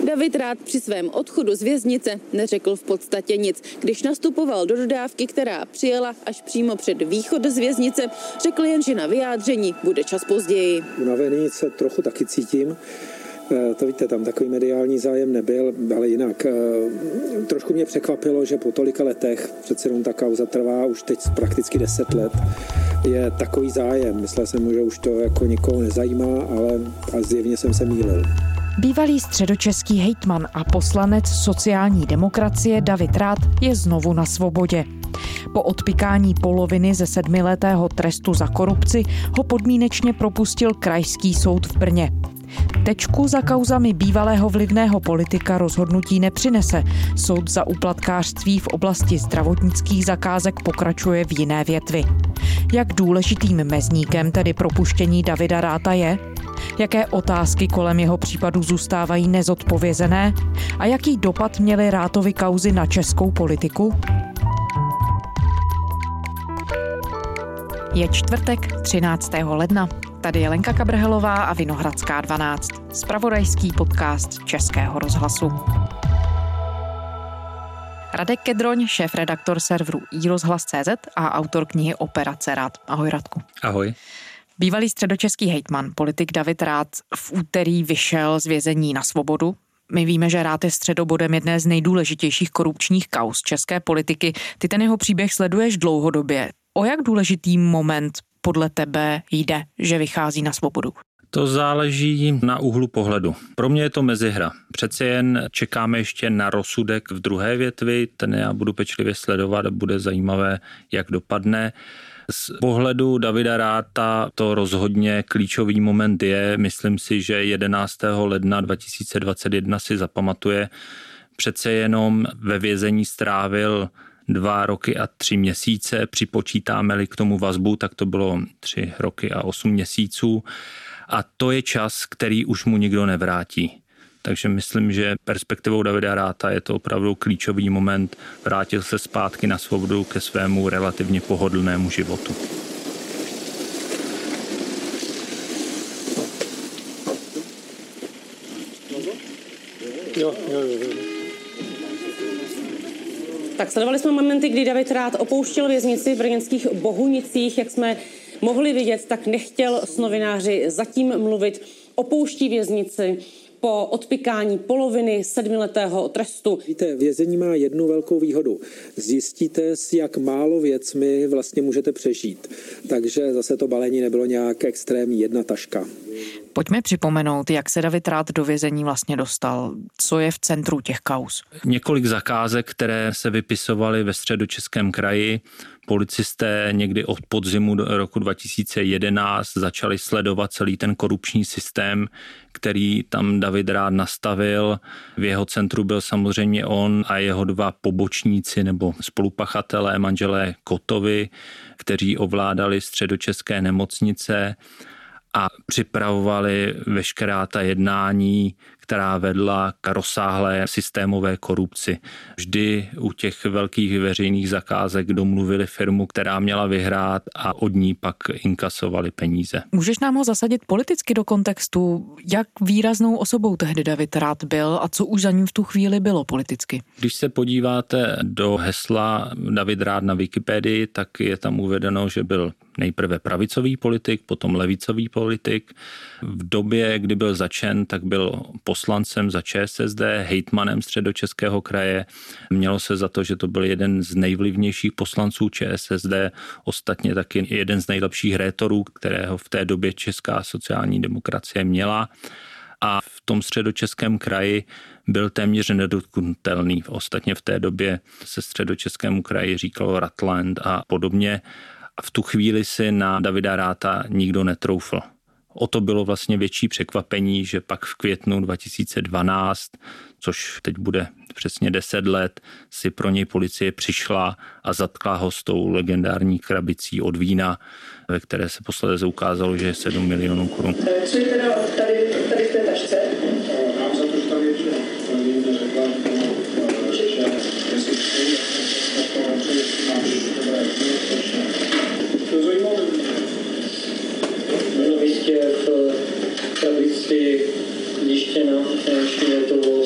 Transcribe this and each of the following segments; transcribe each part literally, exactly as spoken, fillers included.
David Rath při svém odchodu z věznice neřekl v podstatě nic. Když nastupoval do dodávky, která přijela až přímo před východ z věznice, řekl jen, že na vyjádření bude čas později. Unavený se trochu taky cítím. To víte, tam takový mediální zájem nebyl, ale jinak trošku mě překvapilo, že po tolika letech, přece jenom ta kauza trvá už teď prakticky deset let, je takový zájem. Myslel jsem, že už to jako nikoho nezajímá, ale a zjevně jsem se mýlil. Bývalý středočeský hejtman a poslanec sociální demokracie David Rath je znovu na svobodě. Po odpykání poloviny ze sedmiletého trestu za korupci ho podmínečně propustil krajský soud v Brně. Tečku za kauzami bývalého vlivného politika rozhodnutí nepřinese. Soud za úplatkářství v oblasti zdravotnických zakázek pokračuje v jiné větvi. Jak důležitým mezníkem tedy propuštění Davida Ratha je? Jaké otázky kolem jeho případu zůstávají nezodpovězené? A jaký dopad měly Rathovy kauzy na českou politiku? Je čtvrtek, třináctého ledna. Tady je Lenka Kabrhelová a Vinohradská dvanáct, zpravodajský podcast Českého rozhlasu. Radek Kedroň, šéfredaktor serveru iRozhlas tečka cé zet a autor knihy Operace Rath. Ahoj, Radku. Ahoj. Bývalý středočeský hejtman, politik David Rath v úterý vyšel z vězení na svobodu. My víme, že Rath je středobodem jedné z nejdůležitějších korupčních kauz české politiky. Ty ten jeho příběh sleduješ dlouhodobě. O jak důležitý moment podle tebe jde, že vychází na svobodu? To záleží na úhlu pohledu. Pro mě je to mezihra. Přece jen čekáme ještě na rozsudek v druhé větvi, ten já budu pečlivě sledovat a bude zajímavé, jak dopadne. Z pohledu Davida Ratha to rozhodně klíčový moment je, myslím si, že jedenáctého ledna dva tisíce dvacet jedna si zapamatuje, přece jenom ve vězení strávil dva roky a tři měsíce, připočítáme-li k tomu vazbu, tak to bylo tři roky a osm měsíců a to je čas, který už mu nikdo nevrátí. Takže myslím, že perspektivou Davida Ratha je to opravdu klíčový moment, vrátil se zpátky na svobodu ke svému relativně pohodlnému životu. Jo, jo, jo. Tak sledovali jsme momenty, kdy David Rath opouštěl věznici v brněnských Bohunicích. Jak jsme mohli vidět, tak nechtěl s novináři zatím mluvit. Opouští věznici po odpykání poloviny sedmiletého trestu. Víte, vězení má jednu velkou výhodu. Zjistíte, s jak málo věcmi vlastně můžete přežít. Takže zase to balení nebylo nějak extrémní, jedna taška. Pojďme připomenout, jak se David Rath do vězení vlastně dostal. Co je v centru těch kauz? Několik zakázek, které se vypisovaly ve Středočeském kraji. Policisté někdy od podzimu do roku dva tisíce jedenáct začali sledovat celý ten korupční systém, který tam David Rath nastavil. V jeho centru byl samozřejmě on a jeho dva pobočníci nebo spolupachatelé, manželé Kotovi, kteří ovládali středočeské nemocnice a připravovali veškerá ta jednání, která vedla k rozsáhlé systémové korupci. Vždy u těch velkých veřejných zakázek domluvili firmu, která měla vyhrát a od ní pak inkasovali peníze. Můžeš nám ho zasadit politicky do kontextu, jak výraznou osobou tehdy David Rath byl a co už za ním v tu chvíli bylo politicky? Když se podíváte do hesla David Rath na Wikipedii, tak je tam uvedeno, že byl nejprve pravicový politik, potom levicový politik. V době, kdy byl začen, tak byl poslancem za ČSSD, hejtmanem Středočeského kraje. Mělo se za to, že to byl jeden z nejvlivnějších poslanců ČSSD, ostatně taky jeden z nejlepších rétorů, kterého v té době česká sociální demokracie měla. A v tom Středočeském kraji byl téměř nedotknutelný. Ostatně v té době se Středočeskému kraji říkalo Rathland a podobně. A v tu chvíli si na Davida Ratha nikdo netroufl. O to bylo vlastně větší překvapení, že pak v květnu dva tisíce dvanáct, což teď bude přesně deset let, si pro něj policie přišla a zatkla ho s tou legendární krabicí od vína, ve které se posledně ukázalo, že je sedm milionů korun. Co je teda tady, tady v té tašce? Mám za to, že tam je vše. Neřekla, to zajímavé. Bylo jistě v krabici lištěná finanční hotovost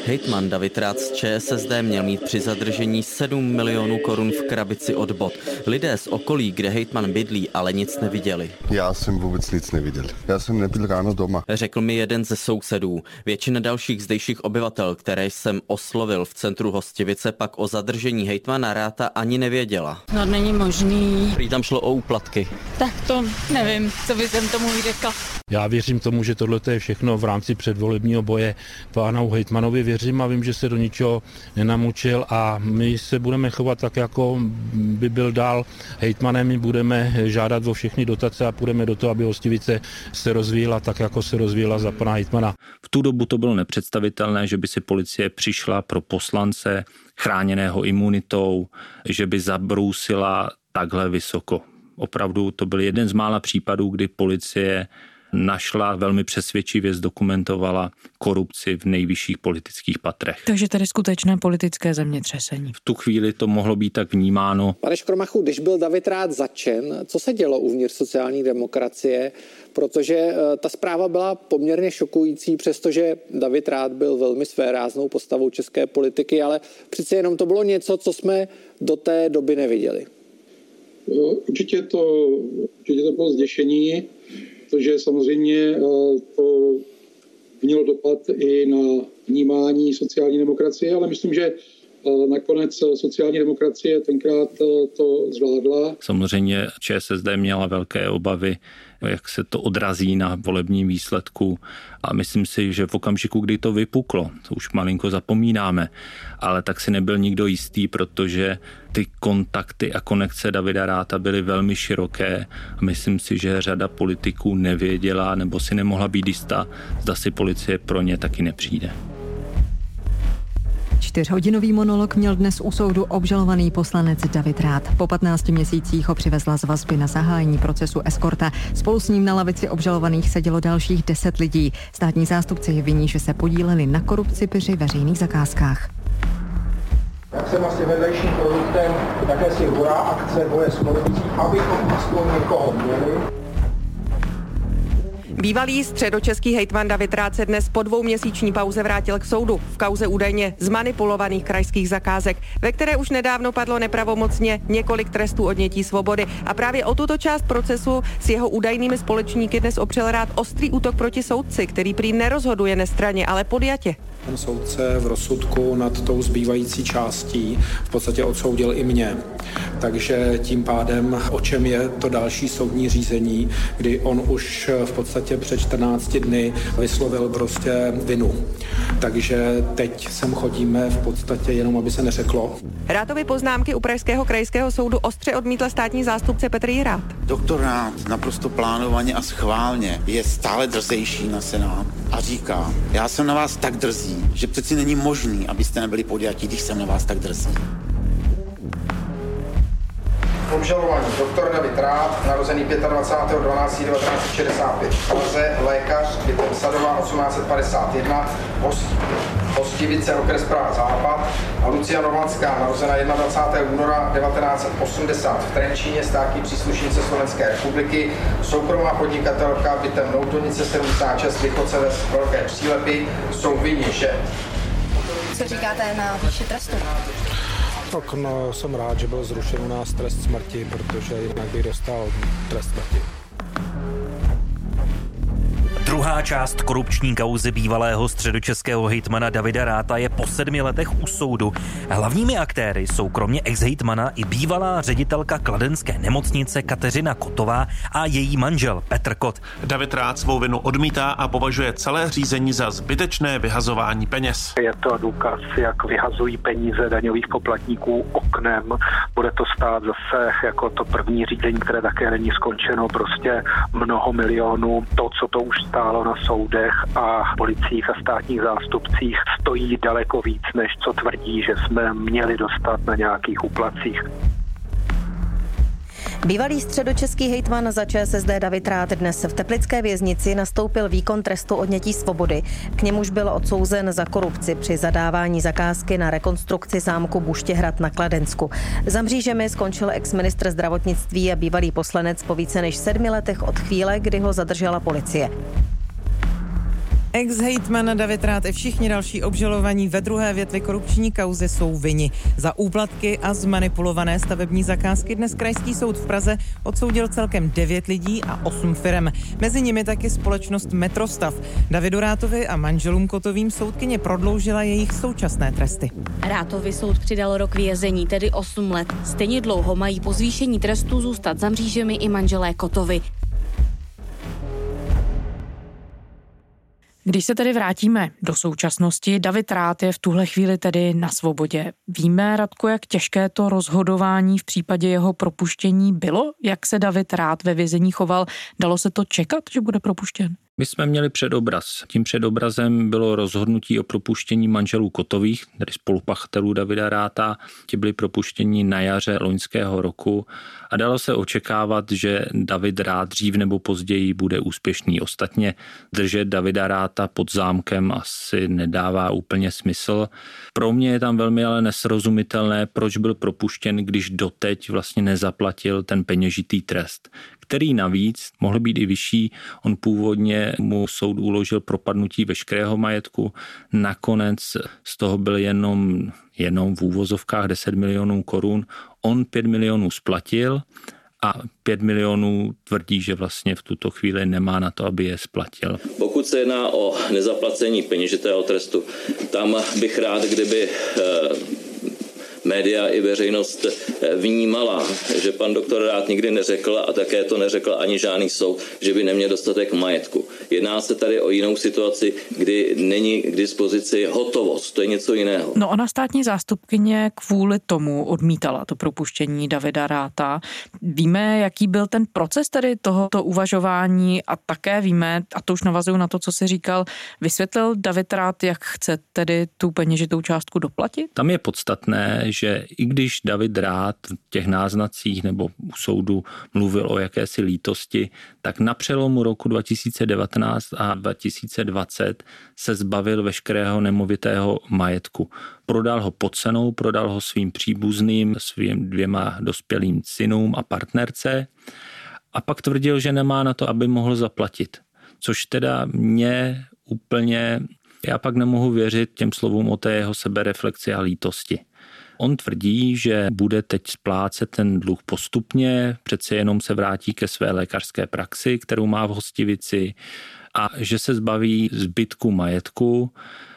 Hejtman David Rath z ČSSD měl mít při zadržení sedm milionů korun v krabici od bot. Lidé z okolí, kde hejtman bydlí, ale nic neviděli. Já jsem vůbec nic neviděl. Já jsem nebyl ráno doma. Řekl mi jeden ze sousedů. Většina dalších zdejších obyvatel, které jsem oslovil v centru Hostivice, pak o zadržení hejtmana Ratha ani nevěděla. No není možný. Prý tam šlo o úplatky. Tak to nevím, co by jsem tomu řekla. Já věřím tomu, že tohle je všechno v rámci předvolebního boje pánu hejtmanovi. Věřím a vím, že se do ničeho nenamučil a my se budeme chovat tak, jako by byl dál hejtmanem. My budeme žádat o všechny dotace a půjdeme do toho, aby Hostivice se rozvíjela tak, jako se rozvíjela za pana hejtmana. V tu dobu to bylo nepředstavitelné, že by si policie přišla pro poslance chráněného imunitou, že by zabrousila takhle vysoko. Opravdu to byl jeden z mála případů, kdy policie našla, velmi přesvědčivě zdokumentovala korupci v nejvyšších politických patrech. Takže tady skutečné politické zemětřesení. V tu chvíli to mohlo být tak vnímáno. Pane Škromachu, když byl David Rath zatčen, co se dělo uvnitř sociální demokracie? Protože ta zpráva byla poměrně šokující, přestože David Rath byl velmi svéráznou postavou české politiky, ale přece jenom to bylo něco, co jsme do té doby neviděli. Určitě to, určitě to bylo zděšení, protože samozřejmě to mělo dopad i na vnímání sociální demokracie, ale myslím, že nakonec sociální demokracie tenkrát to zvládla. Samozřejmě ČSSD měla velké obavy, jak se to odrazí na volebním výsledku a myslím si, že v okamžiku, kdy to vypuklo, to už malinko zapomínáme, ale tak si nebyl nikdo jistý, protože ty kontakty a konekce Davida Ratha byly velmi široké a myslím si, že řada politiků nevěděla nebo si nemohla být jistá, zda si policie pro ně taky nepřijde. Čtyřhodinový monolog měl dnes u soudu obžalovaný poslanec David Rath. Po patnácti měsících ho přivezla z vazby na zahájení procesu eskorta. Spolu s ním na lavici obžalovaných sedělo dalších deset lidí. Státní zástupci je viní, že se podíleli na korupci při veřejných zakázkách. Jak jsem vlastně vedlejším produktem jakési hurá akce boje s korupcí, abychom aspoň někoho měli. Bývalý středočeský hejtman David Rath se dnes po dvouměsíční pauze vrátil k soudu v kauze údajně zmanipulovaných krajských zakázek, ve které už nedávno padlo nepravomocně několik trestů odnětí svobody. A právě o tuto část procesu s jeho údajnými společníky dnes opřel Rath ostrý útok proti soudci, který prý nerozhoduje nestranně, ale podjatě. Ten soudce v rozsudku nad tou zbývající částí v podstatě odsoudil i mě. Takže tím pádem, o čem je to další soudní řízení, kdy on už v podstatě před čtrnácti dny vyslovil prostě vinu. Takže teď sem chodíme v podstatě jenom, aby se neřeklo. Rathovy poznámky u pražského krajského soudu ostře odmítl státní zástupce Petr Jirát. Doktor Rath naprosto plánovaně a schválně je stále drzejší na Senát a říká, já jsem na vás tak drzý, že přeci není možný, abyste nebyli podjatí, když jsem na vás tak drzý. Obžalovaný doktor David Rath, narozený dvacátého pátého dvanáctého devatenáct set šedesát pět v Praze, lékař, bytem Sadová osmnáct set padesát jedna, Hostivice, okres Praha Západ, a Lucia Novanská, narozená dvacátého prvního února devatenáct set osmdesát v Trenčíně, státní příslušnice Slovenské republiky, soukromá podnikatelka, bytem Noutonice sedmdesát šest, Lichoce ves Velké Přílepy, jsou vinni, že... Co říkáte na výši trestu? Tak no, jsem rád, že byl zrušen u nás trest smrti, protože jinak bych dostal trest smrti. Druhá část korupční kauzy bývalého středočeského hejtmana Davida Ratha je po sedmi letech u soudu. Hlavními aktéry jsou kromě ex-hejtmana i bývalá ředitelka kladenské nemocnice Kateřina Kotová a její manžel Petr Kot. David Rath svou vinu odmítá a považuje celé řízení za zbytečné vyhazování peněz. Je to důkaz, jak vyhazují peníze daňových poplatníků oknem. Bude to stát zase jako to první řízení, které také není skončeno, prostě mnoho milionů. To, co to už stálo na soudech a policích a státních zástupcích, stojí daleko víc, než co tvrdí, že jsme měli dostat na nějakých úplacích. Bývalý středočeský hejtman za ČSSD David Rath dnes v teplické věznici nastoupil výkon trestu odnětí svobody. K němuž byl odsouzen za korupci při zadávání zakázky na rekonstrukci zámku Buštěhrad na Kladensku. Za mřížemi skončil ex-ministr zdravotnictví a bývalý poslanec po více než sedmi letech od chvíle, kdy ho zadržela policie. Ex-hejtman David Rath i všichni další obžalovaní ve druhé větvi korupční kauzy jsou vinni. Za úplatky a zmanipulované stavební zakázky dnes Krajský soud v Praze odsoudil celkem devět lidí a osm firem. Mezi nimi taky společnost Metrostav. Davidu Rathovi a manželům Kotovým soudkyně prodloužila jejich současné tresty. Rathovi soud přidal rok vězení, tedy osm let. Stejně dlouho mají po zvýšení trestu zůstat za mřížemi i manželé Kotovi. Když se tedy vrátíme do současnosti, David Rath je v tuhle chvíli tedy na svobodě. Víme, Radko, jak těžké to rozhodování v případě jeho propuštění bylo? Jak se David Rath ve vězení choval? Dalo se to čekat, že bude propuštěn? My jsme měli předobraz. Tím předobrazem bylo rozhodnutí o propuštění manželů Kotových, tedy spolupachatelů Davida Ratha. Ti byli propuštěni na jaře loňského roku a dalo se očekávat, že David Rath dřív nebo později bude úspěšný. Ostatně držet Davida Ratha pod zámkem asi nedává úplně smysl. Pro mě je tam velmi ale nesrozumitelné, proč byl propuštěn, když doteď vlastně nezaplatil ten peněžitý trest, který navíc mohl být i vyšší. On původně mu soud uložil propadnutí veškerého majetku, nakonec z toho byl jenom, jenom v úvozovkách deset milionů korun. On pět milionů splatil a pět milionů tvrdí, že vlastně v tuto chvíli nemá na to, aby je splatil. Pokud se jedná o nezaplacení peněžitého trestu, tam bych rád, kdyby média i veřejnost vnímala, že pan doktor Rath nikdy neřekl a také to neřekl ani žádný soud, že by neměl dostatek majetku. Jedná se tady o jinou situaci, kdy není k dispozici hotovost, to je něco jiného. No ona státní zástupkyně kvůli tomu odmítala to propuštění Davida Ratha. Víme, jaký byl ten proces tedy tohoto uvažování a také víme, a to už navazuju na to, co jsi říkal, vysvětlil David Rath, jak chce tedy tu peněžitou částku doplatit? Tam je podstatné, že i když David Rath v těch náznacích nebo u soudu mluvil o jakési lítosti, tak na přelomu roku dva tisíce devatenáct a dva tisíce dvacet se zbavil veškerého nemovitého majetku. Prodal ho pod cenou, prodal ho svým příbuzným, svým dvěma dospělým synům a partnerce a pak tvrdil, že nemá na to, aby mohl zaplatit. Což teda mě úplně, já pak nemohu věřit těm slovům o té jeho sebereflexi a lítosti. On tvrdí, že bude teď splácet ten dluh postupně, přece jenom se vrátí ke své lékařské praxi, kterou má v Hostivici, a že se zbaví zbytku majetku,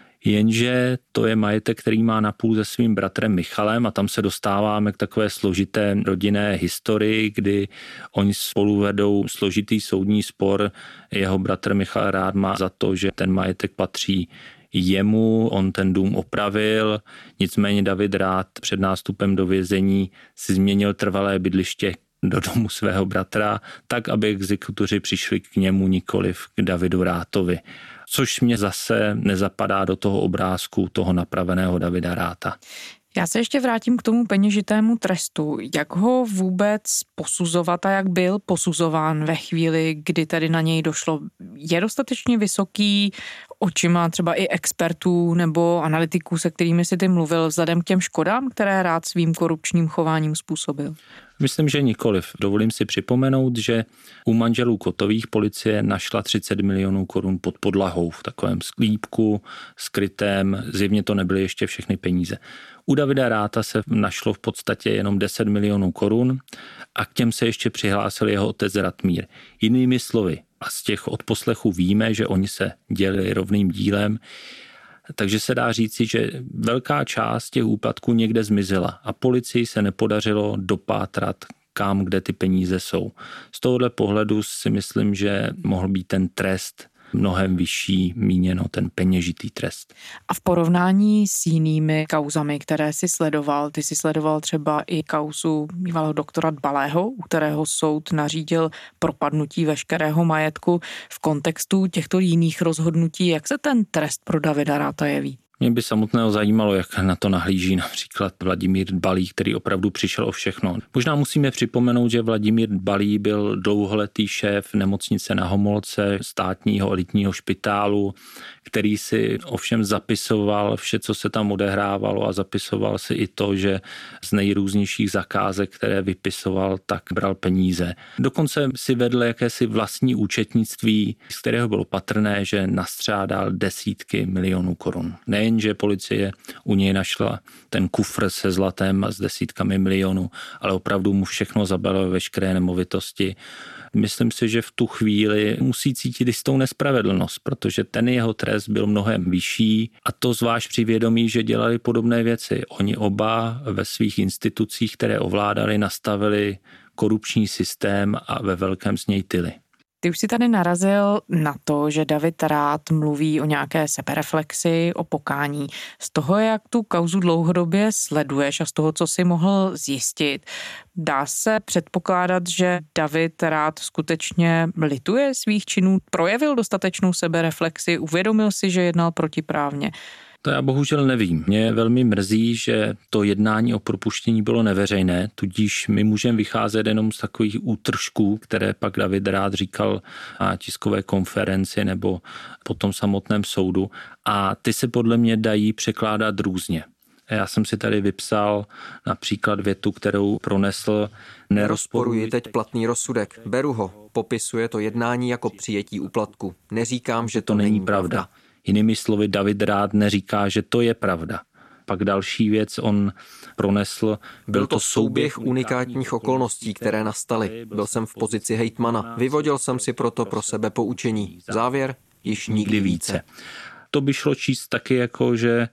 jenže to je majetek, který má napůl se svým bratrem Michalem a tam se dostáváme k takové složité rodinné historii, kdy oni spolu vedou složitý soudní spor. Jeho bratr Michal Rath má za to, že ten majetek patří jemu, on ten dům opravil, nicméně David Rath před nástupem do vězení si změnil trvalé bydliště do domu svého bratra, tak, aby exekutoři přišli k němu, nikoliv k Davidu Rathovi. Což mě zase nezapadá do toho obrázku toho napraveného Davida Ratha. Já se ještě vrátím k tomu peněžitému trestu. Jak ho vůbec posuzovat a jak byl posuzován ve chvíli, kdy tady na něj došlo? Je dostatečně vysoký očima třeba i expertů nebo analytiků, se kterými si ty mluvil, vzhledem k těm škodám, které Rath svým korupčním chováním způsobil? Myslím, že nikoliv. Dovolím si připomenout, že u manželů Kotových policie našla třicet milionů korun pod podlahou v takovém sklípku, skrytém, zjevně to nebyly ještě všechny peníze. U Davida Ratha se našlo v podstatě jenom deset milionů korun a k těm se ještě přihlásil jeho otec Ratmír. Jinými slovy, a z těch odposlechů víme, že oni se dělili rovným dílem, takže se dá říci, že velká část těch úplatků někde zmizela a policii se nepodařilo dopátrat, kam, kde ty peníze jsou. Z tohohle pohledu si myslím, že mohl být ten trest mnohem vyšší, míněno ten peněžitý trest. A v porovnání s jinými kauzami, které si sledoval, ty si sledoval třeba i kauzu bývalého doktora Dbalého, u kterého soud nařídil propadnutí veškerého majetku. V kontextu těchto jiných rozhodnutí, jak se ten trest pro Davida Ratha jeví? Mě by samotného zajímalo, jak na to nahlíží například Vladimír Dbalý, který opravdu přišel o všechno. Možná musíme připomenout, že Vladimír Dbalý byl dlouholetý šéf nemocnice na Homolce, státního elitního špitálu, který si ovšem zapisoval vše, co se tam odehrávalo, a zapisoval si i to, že z nejrůznějších zakázek, které vypisoval, tak bral peníze. Dokonce si vedl jakési vlastní účetnictví, z kterého bylo patrné, že nastřádal desítky milionů korun. Nejenže policie u něj našla ten kufr se zlatem a s desítkami milionů, ale opravdu mu všechno zabilo, veškeré nemovitosti. Myslím si, že v tu chvíli musí cítit jistou nespravedlnost, protože ten jeho trest byl mnohem vyšší, a to zvlášť při vědomí, že dělali podobné věci. Oni oba ve svých institucích, které ovládali, nastavili korupční systém a ve velkém z něj tyli. Ty už si tady narazil na to, že David Rath mluví o nějaké sebereflexi, o pokání. Z toho, jak tu kauzu dlouhodobě sleduješ a z toho, co si mohl zjistit, dá se předpokládat, že David Rath skutečně lituje svých činů, projevil dostatečnou sebereflexi, uvědomil si, že jednal protiprávně? To já bohužel nevím. Mě velmi mrzí, že to jednání o propuštění bylo neveřejné, tudíž my můžeme vycházet jenom z takových útržků, které pak David Rath říkal na tiskové konferenci nebo po tom samotném soudu, a ty se podle mě dají překládat různě. Já jsem si tady vypsal například větu, kterou pronesl: Nerozporuji teď platný rozsudek, beru ho, popisuje to jednání jako přijetí úplatku. Neříkám, že to, to není pravda. pravda. Jinými slovy, David Rath neříká, že to je pravda. Pak další věc on pronesl. Byl to souběh unikátních okolností, které nastaly. Byl jsem v pozici hejtmana. Vyvodil jsem si proto pro sebe poučení. Závěr? Již nikdy více. To by šlo číst taky jako, že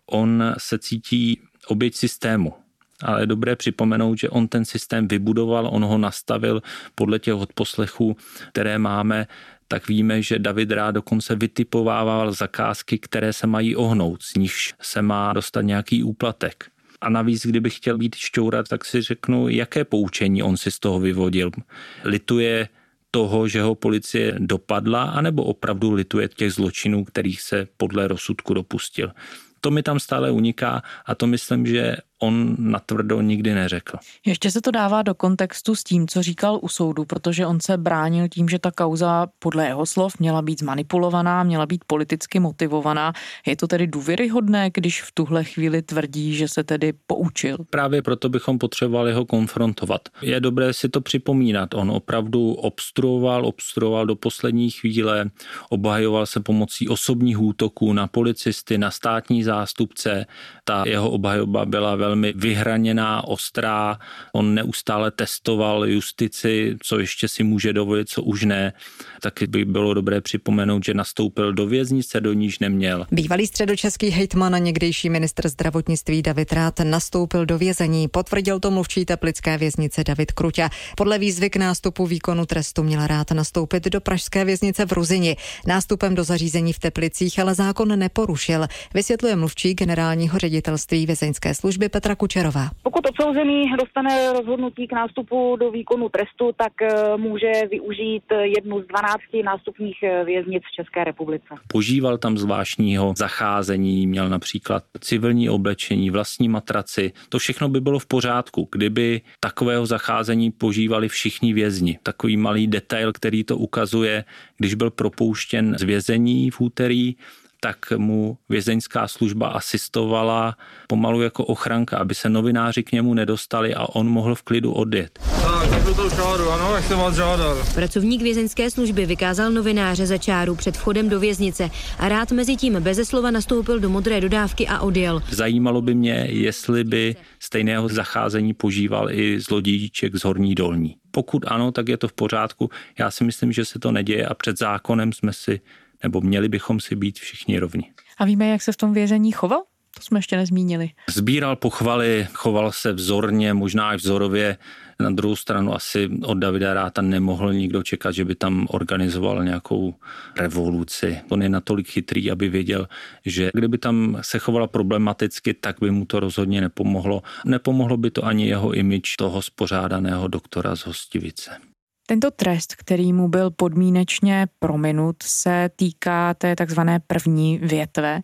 on se cítí oběť systému. Ale je dobré připomenout, že on ten systém vybudoval, on ho nastavil podle těch odposlechů, které máme. Tak víme, že David Rath dokonce vytipovával zakázky, které se mají ohnout, z nichž se má dostat nějaký úplatek. A navíc, kdybych chtěl být šťourat, tak si řeknu, jaké poučení on si z toho vyvodil. Lituje toho, že ho policie dopadla, anebo opravdu lituje těch zločinů, kterých se podle rozsudku dopustil. To mi tam stále uniká a to myslím, že on natvrdo nikdy neřekl. Ještě se to dává do kontextu s tím, co říkal u soudu, protože on se bránil tím, že ta kauza podle jeho slov měla být zmanipulovaná, měla být politicky motivovaná. Je to tedy důvěryhodné, když v tuhle chvíli tvrdí, že se tedy poučil? Právě proto bychom potřebovali ho konfrontovat. Je dobré si to připomínat. On opravdu obstruoval, obstruoval do poslední chvíle, obhajoval se pomocí osobních útoků na policisty, na státní zástupce. Ta jeho obhajoba byla velmi vyhraněná, ostrá. On neustále testoval justici, co ještě si může dovolit, co už ne. Taky by bylo dobré připomenout, že nastoupil do věznice, do níž neměl. Bývalý středočeský hejtman a někdejší ministr zdravotnictví David Rath nastoupil do vězení. Potvrdil to mluvčí teplické věznice David Kruťa. Podle výzvy k nástupu výkonu trestu měl Rath nastoupit do pražské věznice v Ruzyni. Nástupem do zařízení v Teplicích ale zákon neporušil, vysvětluje mluvčí generálního ředitelství vězeňské služby Petra Kučerová. Pokud odsouzený dostane rozhodnutí k nástupu do výkonu trestu, tak může využít jednu z dvanácti nástupních věznic v České republice. Požíval tam zvláštního zacházení, měl například civilní oblečení, vlastní matraci. To všechno by bylo v pořádku, kdyby takového zacházení požívali všichni vězni. Takový malý detail, který to ukazuje, když byl propouštěn z vězení v úterý, tak mu vězeňská služba asistovala pomalu jako ochranka, aby se novináři k němu nedostali a on mohl v klidu odjet. Tak, zapnu tou čáru, ano, jak jsem vás žádal. Pracovník vězeňské služby vykázal novináře za čáru před vchodem do věznice a Rath mezi tím beze slova nastoupil do modré dodávky a odjel. Zajímalo by mě, jestli by stejného zacházení požíval i zlodějíček z Horní Dolní. Pokud ano, tak je to v pořádku. Já si myslím, že se to neděje a před zákonem jsme si nebo měli bychom si být všichni rovni. A víme, jak se v tom vězení choval? To jsme ještě nezmínili. Sbíral pochvaly, choval se vzorně, možná i vzorově. Na druhou stranu asi od Davida Ratha nemohl nikdo čekat, že by tam organizoval nějakou revoluci. On je natolik chytrý, aby věděl, že kdyby tam se choval problematicky, tak by mu to rozhodně nepomohlo. Nepomohlo by to ani jeho image toho spořádaného doktora z Hostivice. Tento trest, který mu byl podmínečně prominut, se týká té takzvané první větve.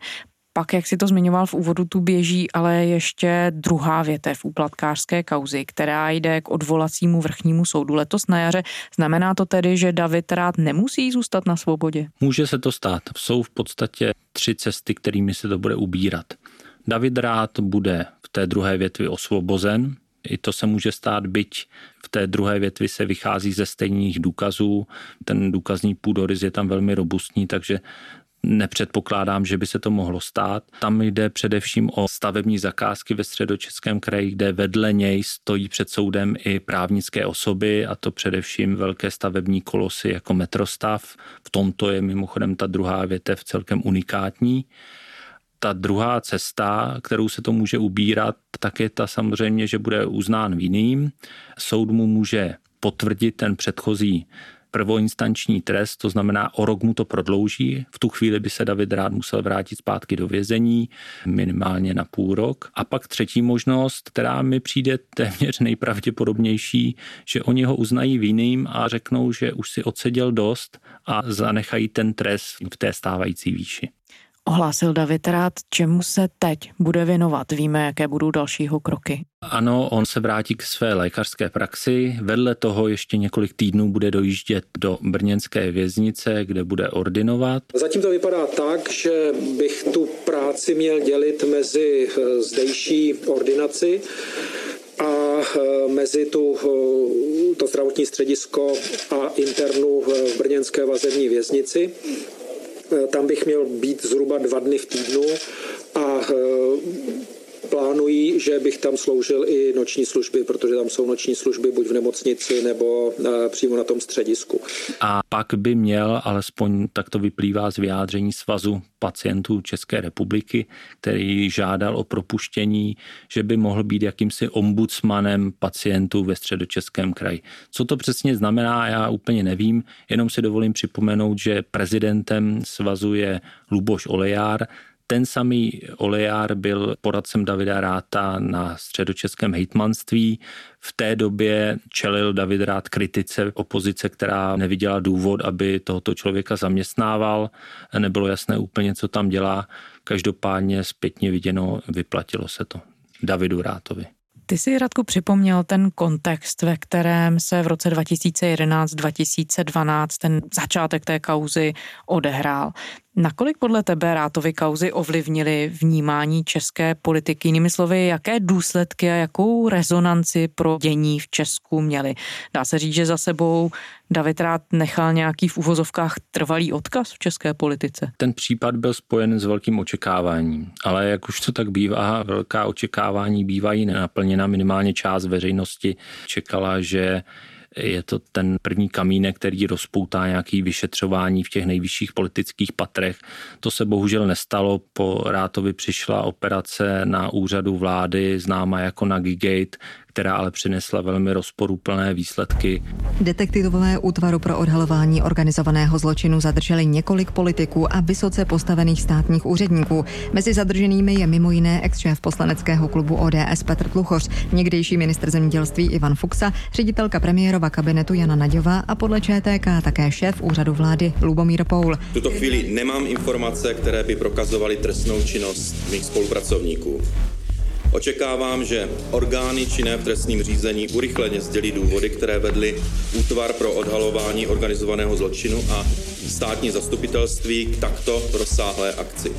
Pak, jak si to zmiňoval v úvodu, tu běží ale ještě druhá větev úplatkářské kauzy, která jde k odvolacímu vrchnímu soudu letos na jaře. Znamená to tedy, že David Rath nemusí zůstat na svobodě? Může se to stát. Jsou v podstatě tři cesty, kterými se to bude ubírat. David Rath bude v té druhé větvi osvobozen. I to se může stát, byť v té druhé větvi se vychází ze stejných důkazů. Ten důkazní půdorys je tam velmi robustní, takže nepředpokládám, že by se to mohlo stát. Tam jde především o stavební zakázky ve Středočeském kraji, kde vedle něj stojí před soudem i právnické osoby, a to především velké stavební kolosy jako Metrostav. V tomto je mimochodem ta druhá větev celkem unikátní. Ta druhá cesta, kterou se to může ubírat, tak je ta samozřejmě, že bude uznán vinným. Soud mu může potvrdit ten předchozí prvoinstanční trest, to znamená o rok mu to prodlouží. V tu chvíli by se David Rath musel vrátit zpátky do vězení, minimálně na půl rok. A pak třetí možnost, která mi přijde téměř nejpravděpodobnější, že oni ho uznají vinným a řeknou, že už si odseděl dost a zanechají ten trest v té stávající výši. Ohlásil David Rath, čemu se teď bude věnovat? Víme, jaké budou dalšího kroky? Ano, on se vrátí k své lékařské praxi. Vedle toho ještě několik týdnů bude dojíždět do brněnské věznice, kde bude ordinovat. Zatím to vypadá tak, že bych tu práci měl dělit mezi zdejší ordinaci a mezi tu, to zdravotní středisko a internu v brněnské vazební věznici. Tam bych měl být zhruba dva dny v týdnu a plánují, že bych tam sloužil i noční služby, protože tam jsou noční služby buď v nemocnici nebo přímo na tom středisku. A pak by měl, alespoň tak to vyplývá z vyjádření Svazu pacientů České republiky, který žádal o propuštění, že by mohl být jakýmsi ombudsmanem pacientů ve Středočeském kraji. Co to přesně znamená, já úplně nevím, jenom si dovolím připomenout, že prezidentem svazu je Luboš Olejár. Ten samý Olejár byl poradcem Davida Ratha na středočeském hejtmanství. V té době čelil David Rath kritice opozice, která neviděla důvod, aby tohoto člověka zaměstnával. Nebylo jasné úplně, co tam dělá. Každopádně zpětně viděno, vyplatilo se to Davidu Rathovi. Ty si, Radku, připomněl ten kontext, ve kterém se v roce dva tisíce jedenáct dva tisíce dvanáct ten začátek té kauzy odehrál. Nakolik podle tebe Rathovy kauzy ovlivnily vnímání české politiky? Jinými slovy, jaké důsledky a jakou rezonanci pro dění v Česku měly? Dá se říct, že za sebou David Rath nechal nějaký v uvozovkách trvalý odkaz v české politice? Ten případ byl spojen s velkým očekáváním, ale jak už to tak bývá, velká očekávání bývají nenaplněna. Minimálně část veřejnosti čekala, že je to ten první kamínek, který rozpoutá nějaké vyšetřování v těch nejvyšších politických patrech. To se bohužel nestalo. Po Rathovi přišla operace na úřadu vlády, známá jako Nagigate, která ale přinesla velmi rozporuplné výsledky. Detektivové útvaru pro odhalování organizovaného zločinu zadrželi několik politiků a vysoce postavených státních úředníků. Mezi zadrženými je mimo jiné ex-šéf poslaneckého klubu O D S Petr Tluchoř, někdejší ministr zemědělství Ivan Fuksa, ředitelka premiérova kabinetu Jana Naďová a podle Č T K také šéf úřadu vlády Lubomír Poul. V tuto chvíli nemám informace, které by prokazovaly trestnou činnost mých spolupracovníků. Očekávám, že orgány činné v trestním řízení urychleně sdělí důvody, které vedly útvar pro odhalování organizovaného zločinu a státní zastupitelství k takto rozsáhlé akci.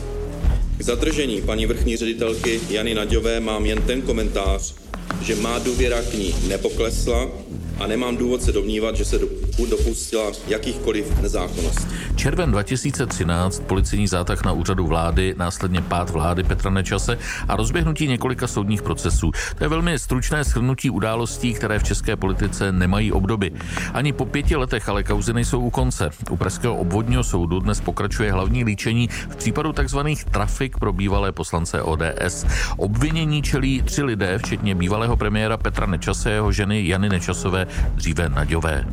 K zadržení paní vrchní ředitelky Jany Naďové mám jen ten komentář, že má důvěra k ní nepoklesla a nemám důvod se domnívat, že se dopustila jakýchkoliv nezákonností. Červen dva tisíce třináct, policejní zátah na úřadu vlády, následně pád vlády Petra Nečase a rozběhnutí několika soudních procesů. To je velmi stručné shrnutí událostí, které v české politice nemají obdoby. Ani po pěti letech ale kauzy nejsou u konce. U pražského obvodního soudu dnes pokračuje hlavní líčení v případu takzvaných trafik pro bývalé poslance O D S. Obvinění čelí tři lidé, včetně bývalého premiéra Petra Nečase, jeho ženy Jany Nečasové, dříve Naďové.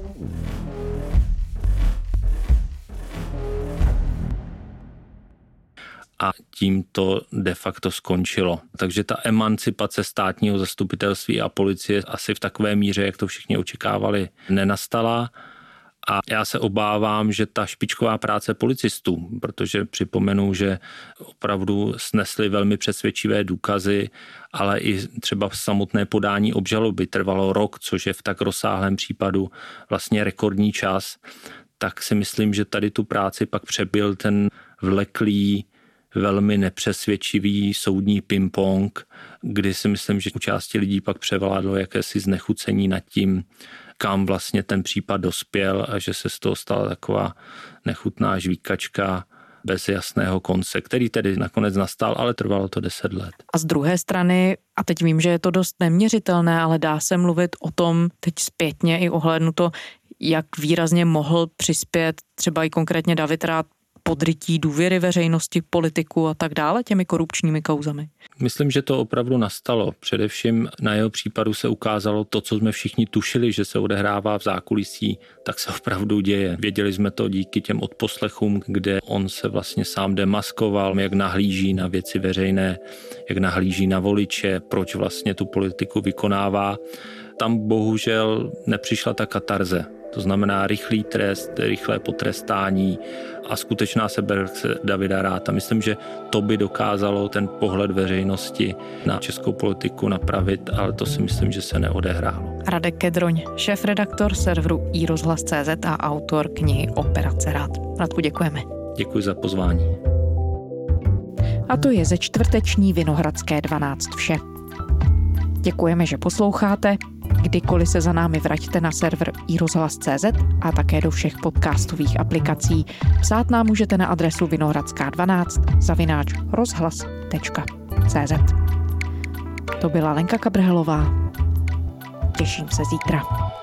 A tím to de facto skončilo. Takže ta emancipace státního zastupitelství a policie asi v takové míře, jak to všichni očekávali, nenastala. A já se obávám, že ta špičková práce policistů, protože připomenu, že opravdu snesli velmi přesvědčivé důkazy, ale i třeba samotné podání obžaloby trvalo rok, což je v tak rozsáhlém případu vlastně rekordní čas, tak si myslím, že tady tu práci pak přebyl ten vleklý, velmi nepřesvědčivý soudní ping-pong, kdy si myslím, že u části lidí pak převládlo jakési znechucení nad tím, kam vlastně ten případ dospěl a že se z toho stala taková nechutná žvíkačka bez jasného konce, který tedy nakonec nastal, ale trvalo to deset let. A z druhé strany, a teď vím, že je to dost neměřitelné, ale dá se mluvit o tom teď zpětně i ohlédnuto, jak výrazně mohl přispět třeba i konkrétně David Rath podrytí důvěry veřejnosti, politiku a tak dále těmi korupčními kauzami? Myslím, že to opravdu nastalo. Především na jeho případu se ukázalo to, co jsme všichni tušili, že se odehrává v zákulisí, tak se opravdu děje. Věděli jsme to díky těm odposlechům, kde on se vlastně sám demaskoval, jak nahlíží na věci veřejné, jak nahlíží na voliče, proč vlastně tu politiku vykonává. Tam bohužel nepřišla ta katarze. To znamená rychlý trest, rychlé potrestání a skutečná sebereflexe Davida Ratha. Myslím, že to by dokázalo ten pohled veřejnosti na českou politiku napravit, ale to si myslím, že se neodehrálo. Radek Kedroň, šéfredaktor serveru iRozhlas tečka cé zet a autor knihy Operace Rath. Radku, děkujeme. Děkuji za pozvání. A to je ze čtvrteční Vinohradské dvanáct vše. Děkujeme, že posloucháte. Kdykoliv se za námi vraťte na server iRozhlas tečka cé zet a také do všech podcastových aplikací. Psát nám můžete na adresu vinohradská dvanáct zavináč rozhlas tečka cé zet. To byla Lenka Kabrhelová. Těším se zítra.